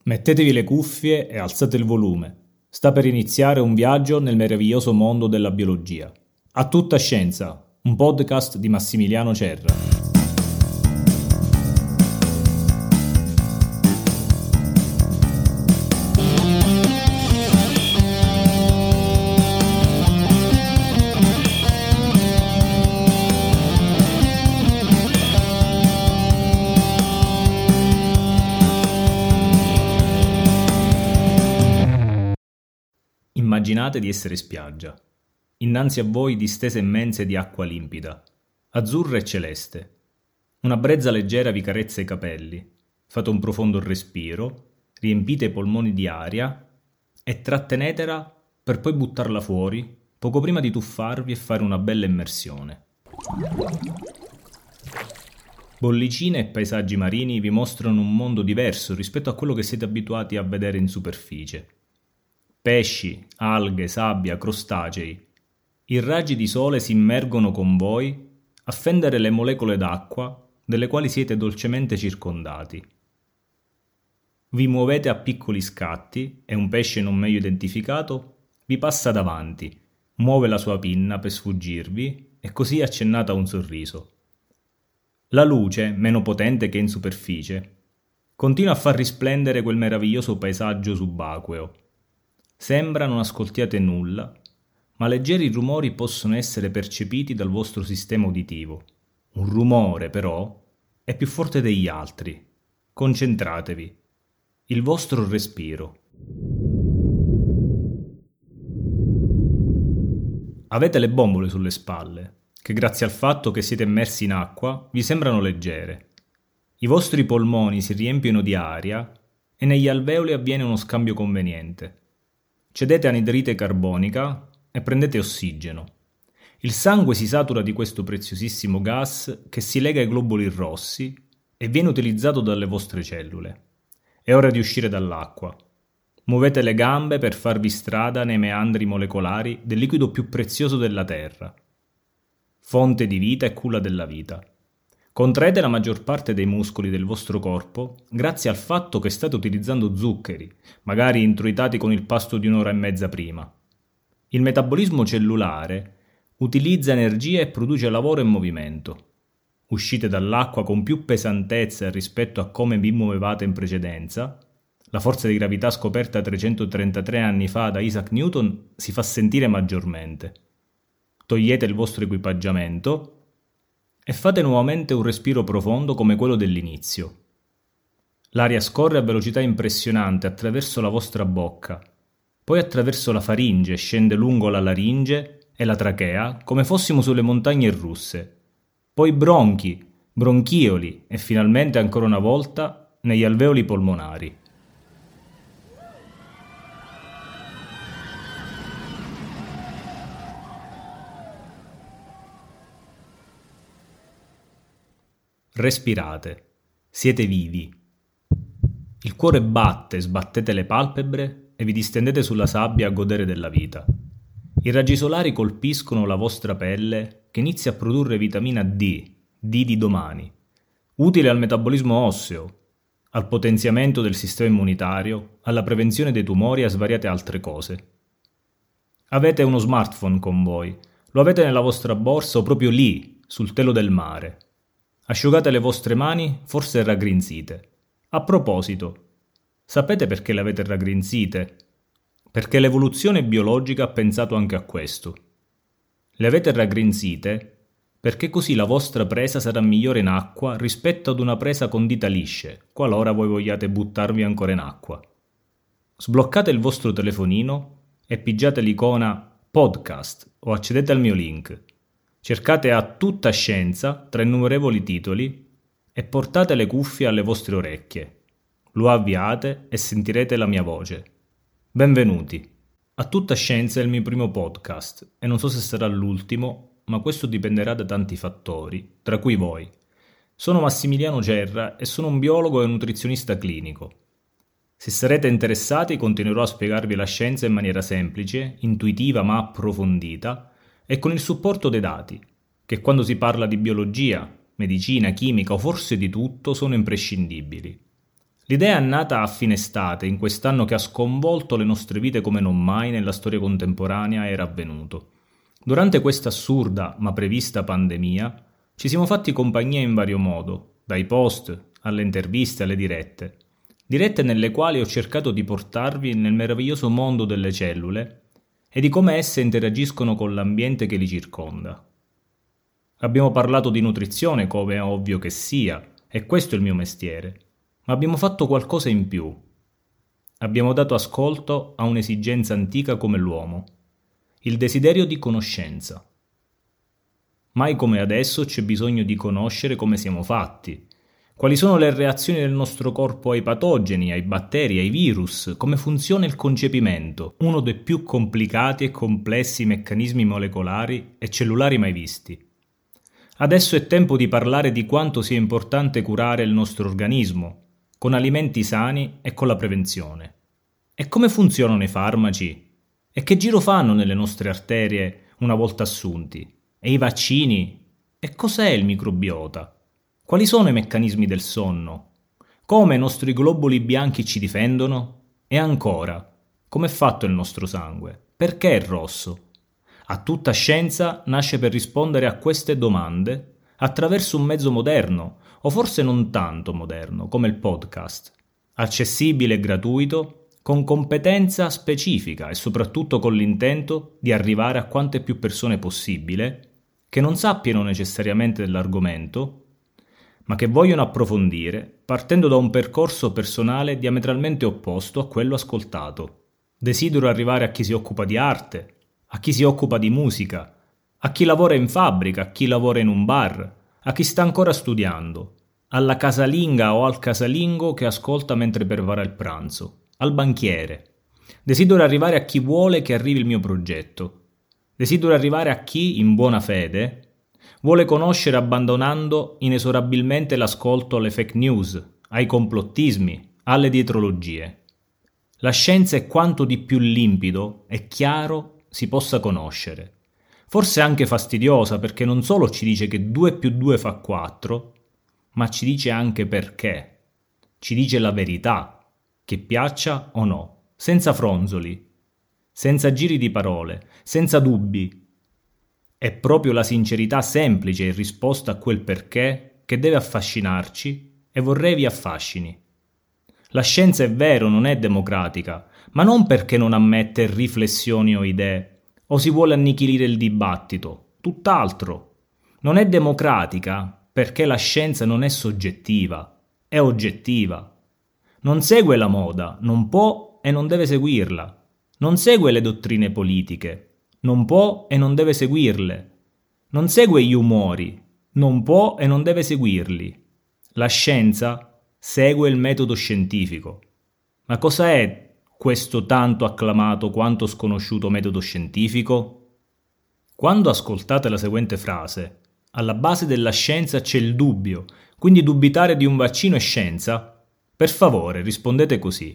Mettetevi le cuffie e alzate il volume. Sta per iniziare un viaggio nel meraviglioso mondo della biologia. A tutta scienza, un podcast di Massimiliano Cerra. Immaginate di essere in spiaggia. Innanzi a voi distese immense di acqua limpida, azzurra e celeste. Una brezza leggera vi carezza i capelli. Fate un profondo respiro, riempite i polmoni di aria e trattenetela per poi buttarla fuori poco prima di tuffarvi e fare una bella immersione. Bollicine e paesaggi marini vi mostrano un mondo diverso rispetto a quello che siete abituati a vedere in superficie. Pesci, alghe, sabbia, crostacei. I raggi di sole si immergono con voi a fendere le molecole d'acqua delle quali siete dolcemente circondati. Vi muovete a piccoli scatti e un pesce non meglio identificato vi passa davanti, muove la sua pinna per sfuggirvi e così accennata a un sorriso. La luce, meno potente che in superficie, continua a far risplendere quel meraviglioso paesaggio subacqueo. Sembra non ascoltiate nulla, ma leggeri rumori possono essere percepiti dal vostro sistema uditivo. Un rumore, però, è più forte degli altri. Concentratevi. Il vostro respiro. Avete le bombole sulle spalle, che grazie al fatto che siete immersi in acqua vi sembrano leggere. I vostri polmoni si riempiono di aria e negli alveoli avviene uno scambio conveniente. Cedete anidride carbonica e prendete ossigeno. Il sangue si satura di questo preziosissimo gas che si lega ai globuli rossi e viene utilizzato dalle vostre cellule. È ora di uscire dall'acqua. Muovete le gambe per farvi strada nei meandri molecolari del liquido più prezioso della Terra. Fonte di vita e culla della vita. Contraete la maggior parte dei muscoli del vostro corpo grazie al fatto che state utilizzando zuccheri, magari introitati con il pasto di un'ora e mezza prima. Il metabolismo cellulare utilizza energia e produce lavoro e movimento. Uscite dall'acqua con più pesantezza rispetto a come vi muovevate in precedenza. La forza di gravità scoperta 333 anni fa da Isaac Newton si fa sentire maggiormente. Togliete il vostro equipaggiamento e fate nuovamente un respiro profondo come quello dell'inizio. L'aria scorre a velocità impressionante attraverso la vostra bocca, poi attraverso la faringe, scende lungo la laringe e la trachea come fossimo sulle montagne russe, poi bronchi, bronchioli e finalmente ancora una volta negli alveoli polmonari. Respirate, siete vivi. Il cuore batte, sbattete le palpebre e vi distendete sulla sabbia a godere della vita. I raggi solari colpiscono la vostra pelle che inizia a produrre vitamina D di domani, utile al metabolismo osseo, al potenziamento del sistema immunitario, alla prevenzione dei tumori e a svariate altre cose. Avete uno smartphone con voi, lo avete nella vostra borsa o proprio lì, sul telo del mare. Asciugate le vostre mani, forse raggrinzite. A proposito, sapete perché le avete raggrinzite? Perché l'evoluzione biologica ha pensato anche a questo. Le avete raggrinzite perché così la vostra presa sarà migliore in acqua rispetto ad una presa con dita lisce, qualora voi vogliate buttarvi ancora in acqua. Sbloccate il vostro telefonino e pigiate l'icona podcast o accedete al mio link. Cercate A Tutta Scienza tra innumerevoli titoli e portate le cuffie alle vostre orecchie. Lo avviate e sentirete la mia voce. Benvenuti. A Tutta Scienza è il mio primo podcast e non so se sarà l'ultimo, ma questo dipenderà da tanti fattori, tra cui voi. Sono Massimiliano Cerra e sono un biologo e nutrizionista clinico. Se sarete interessati continuerò a spiegarvi la scienza in maniera semplice, intuitiva ma approfondita, e con il supporto dei dati, che quando si parla di biologia, medicina, chimica o forse di tutto sono imprescindibili. L'idea è nata a fine estate, in quest'anno che ha sconvolto le nostre vite come non mai nella storia contemporanea era avvenuto. Durante questa assurda ma prevista pandemia ci siamo fatti compagnia in vario modo, dai post alle interviste alle dirette. Dirette nelle quali ho cercato di portarvi nel meraviglioso mondo delle cellule e di come esse interagiscono con l'ambiente che li circonda. Abbiamo parlato di nutrizione come è ovvio che sia, e questo è il mio mestiere, ma abbiamo fatto qualcosa in più. Abbiamo dato ascolto a un'esigenza antica come l'uomo, il desiderio di conoscenza. Mai come adesso c'è bisogno di conoscere come siamo fatti, quali sono le reazioni del nostro corpo ai patogeni, ai batteri, ai virus, come funziona il concepimento, uno dei più complicati e complessi meccanismi molecolari e cellulari mai visti. Adesso è tempo di parlare di quanto sia importante curare il nostro organismo, con alimenti sani e con la prevenzione. E come funzionano i farmaci? E che giro fanno nelle nostre arterie una volta assunti? E i vaccini? E cos'è il microbiota? Quali sono i meccanismi del sonno? Come i nostri globuli bianchi ci difendono? E ancora, com'è fatto il nostro sangue? Perché è rosso? A tutta scienza nasce per rispondere a queste domande attraverso un mezzo moderno, o forse non tanto moderno, come il podcast, accessibile e gratuito, con competenza specifica e soprattutto con l'intento di arrivare a quante più persone possibile che non sappiano necessariamente dell'argomento, ma che vogliono approfondire partendo da un percorso personale diametralmente opposto a quello ascoltato. Desidero arrivare a chi si occupa di arte, a chi si occupa di musica, a chi lavora in fabbrica, a chi lavora in un bar, a chi sta ancora studiando, alla casalinga o al casalingo che ascolta mentre prepara il pranzo, al banchiere. Desidero arrivare a chi vuole che arrivi il mio progetto. Desidero arrivare a chi, in buona fede, vuole conoscere abbandonando inesorabilmente l'ascolto alle fake news, ai complottismi, alle dietrologie. La scienza è quanto di più limpido e chiaro si possa conoscere. Forse anche fastidiosa perché non solo ci dice che 2 più 2 fa 4, ma ci dice anche perché. Ci dice la verità, che piaccia o no, senza fronzoli, senza giri di parole, senza dubbi. È proprio la sincerità semplice in risposta a quel perché che deve affascinarci e vorrei vi affascini. La scienza è vero, non è democratica, ma non perché non ammette riflessioni o idee, o si vuole annichilire il dibattito, tutt'altro. Non è democratica perché la scienza non è soggettiva, è oggettiva. Non segue la moda, non può e non deve seguirla. Non segue le dottrine politiche, non può e non deve seguirle. Non segue gli umori, non può e non deve seguirli. La scienza segue il metodo scientifico. Ma cosa è questo tanto acclamato quanto sconosciuto metodo scientifico? Quando ascoltate la seguente frase, alla base della scienza c'è il dubbio, quindi dubitare di un vaccino è scienza? Per favore, rispondete così.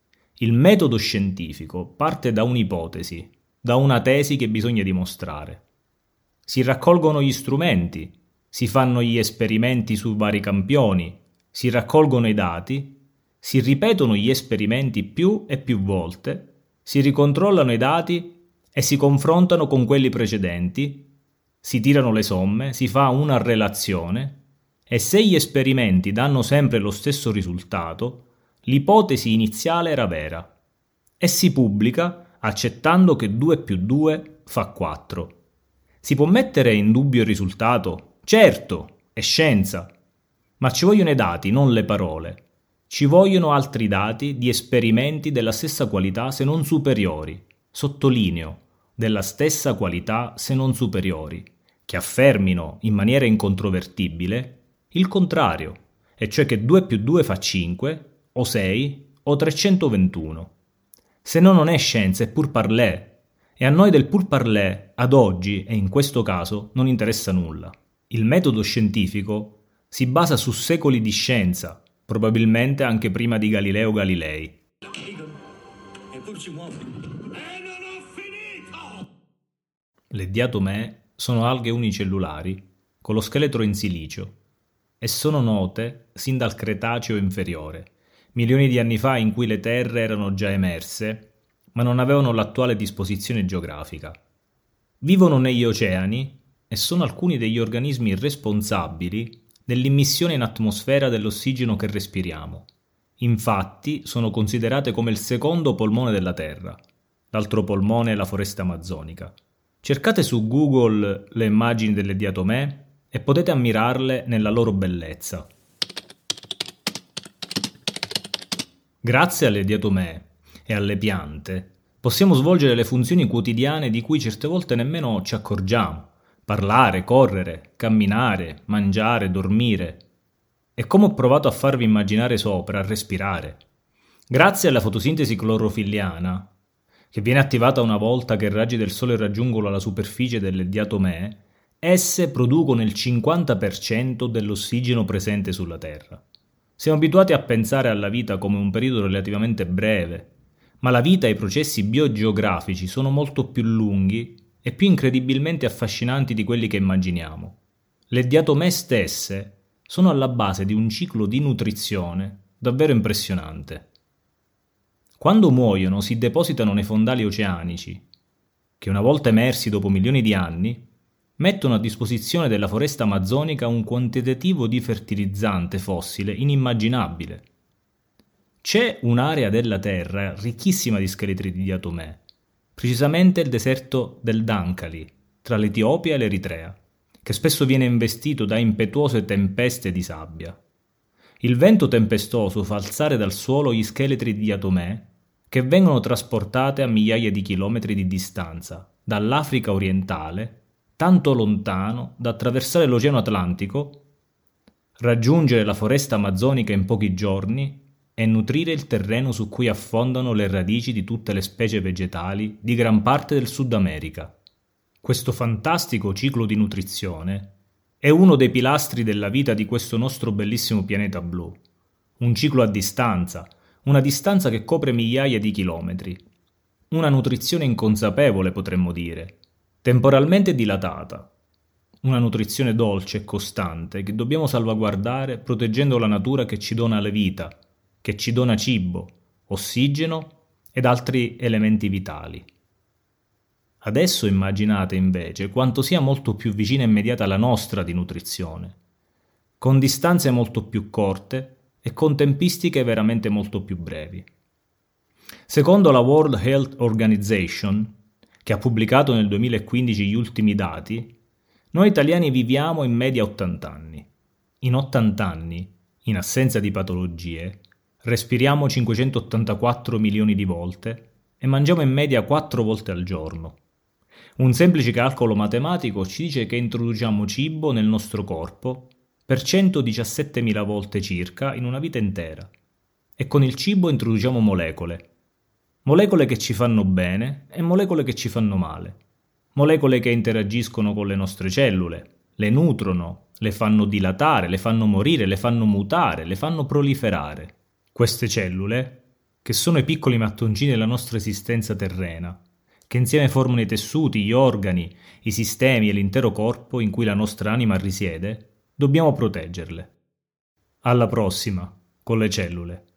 Il metodo scientifico parte da un'ipotesi, da una tesi che bisogna dimostrare. Si raccolgono gli strumenti, si fanno gli esperimenti su vari campioni, si raccolgono i dati, si ripetono gli esperimenti più e più volte, si ricontrollano i dati e si confrontano con quelli precedenti, si tirano le somme, si fa una relazione e se gli esperimenti danno sempre lo stesso risultato, l'ipotesi iniziale era vera e si pubblica accettando che 2 più 2 fa 4. Si può mettere in dubbio il risultato? Certo, è scienza, ma ci vogliono i dati, non le parole. Ci vogliono altri dati di esperimenti della stessa qualità se non superiori, sottolineo, della stessa qualità se non superiori, che affermino in maniera incontrovertibile il contrario, e cioè che 2 più 2 fa 5, o 6, o 321. Se no non è scienza, è pur parler, e a noi del pur parler, ad oggi e in questo caso, non interessa nulla. Il metodo scientifico si basa su secoli di scienza, probabilmente anche prima di Galileo Galilei. Eppur ci muove. E non ho finito! Le diatomee sono alghe unicellulari con lo scheletro in silicio e sono note sin dal Cretaceo inferiore. milioni di anni fa in cui le terre erano già emerse, ma non avevano l'attuale disposizione geografica. Vivono negli oceani e sono alcuni degli organismi responsabili dell'immissione in atmosfera dell'ossigeno che respiriamo. Infatti sono considerate come il secondo polmone della Terra. L'altro polmone è la foresta amazzonica. Cercate su Google le immagini delle diatomee e potete ammirarle nella loro bellezza. Grazie alle diatomee e alle piante possiamo svolgere le funzioni quotidiane di cui certe volte nemmeno ci accorgiamo. Parlare, correre, camminare, mangiare, dormire. E come ho provato a farvi immaginare sopra, respirare. Grazie alla fotosintesi clorofilliana, che viene attivata una volta che i raggi del sole raggiungono la superficie delle diatomee, esse producono il 50% dell'ossigeno presente sulla Terra. Siamo abituati a pensare alla vita come un periodo relativamente breve, ma la vita e i processi biogeografici sono molto più lunghi e più incredibilmente affascinanti di quelli che immaginiamo. Le diatomee stesse sono alla base di un ciclo di nutrizione davvero impressionante. Quando muoiono si depositano nei fondali oceanici, che una volta emersi dopo milioni di anni, mettono a disposizione della foresta amazzonica un quantitativo di fertilizzante fossile inimmaginabile. C'è un'area della Terra ricchissima di scheletri di diatomee, precisamente il deserto del Dankali, tra l'Etiopia e l'Eritrea, che spesso viene investito da impetuose tempeste di sabbia. Il vento tempestoso fa alzare dal suolo gli scheletri di diatomee che vengono trasportate a migliaia di chilometri di distanza, dall'Africa orientale, tanto lontano da attraversare l'Oceano Atlantico, raggiungere la foresta amazzonica in pochi giorni e nutrire il terreno su cui affondano le radici di tutte le specie vegetali di gran parte del Sud America. Questo fantastico ciclo di nutrizione è uno dei pilastri della vita di questo nostro bellissimo pianeta blu. Un ciclo a distanza, una distanza che copre migliaia di chilometri. Una nutrizione inconsapevole, potremmo dire, temporalmente dilatata. Una nutrizione dolce e costante che dobbiamo salvaguardare proteggendo la natura che ci dona la vita, che ci dona cibo, ossigeno ed altri elementi vitali. Adesso immaginate invece quanto sia molto più vicina e immediata la nostra di nutrizione, con distanze molto più corte e con tempistiche veramente molto più brevi. Secondo la World Health Organization, che ha pubblicato nel 2015 gli ultimi dati, noi italiani viviamo in media 80 anni. In 80 anni, in assenza di patologie, respiriamo 584 milioni di volte e mangiamo in media 4 volte al giorno. Un semplice calcolo matematico ci dice che introduciamo cibo nel nostro corpo per 117.000 volte circa in una vita intera. E con il cibo introduciamo molecole. Molecole che ci fanno bene e molecole che ci fanno male. Molecole che interagiscono con le nostre cellule, le nutrono, le fanno dilatare, le fanno morire, le fanno mutare, le fanno proliferare. Queste cellule, che sono i piccoli mattoncini della nostra esistenza terrena, che insieme formano i tessuti, gli organi, i sistemi e l'intero corpo in cui la nostra anima risiede, dobbiamo proteggerle. Alla prossima, con le cellule.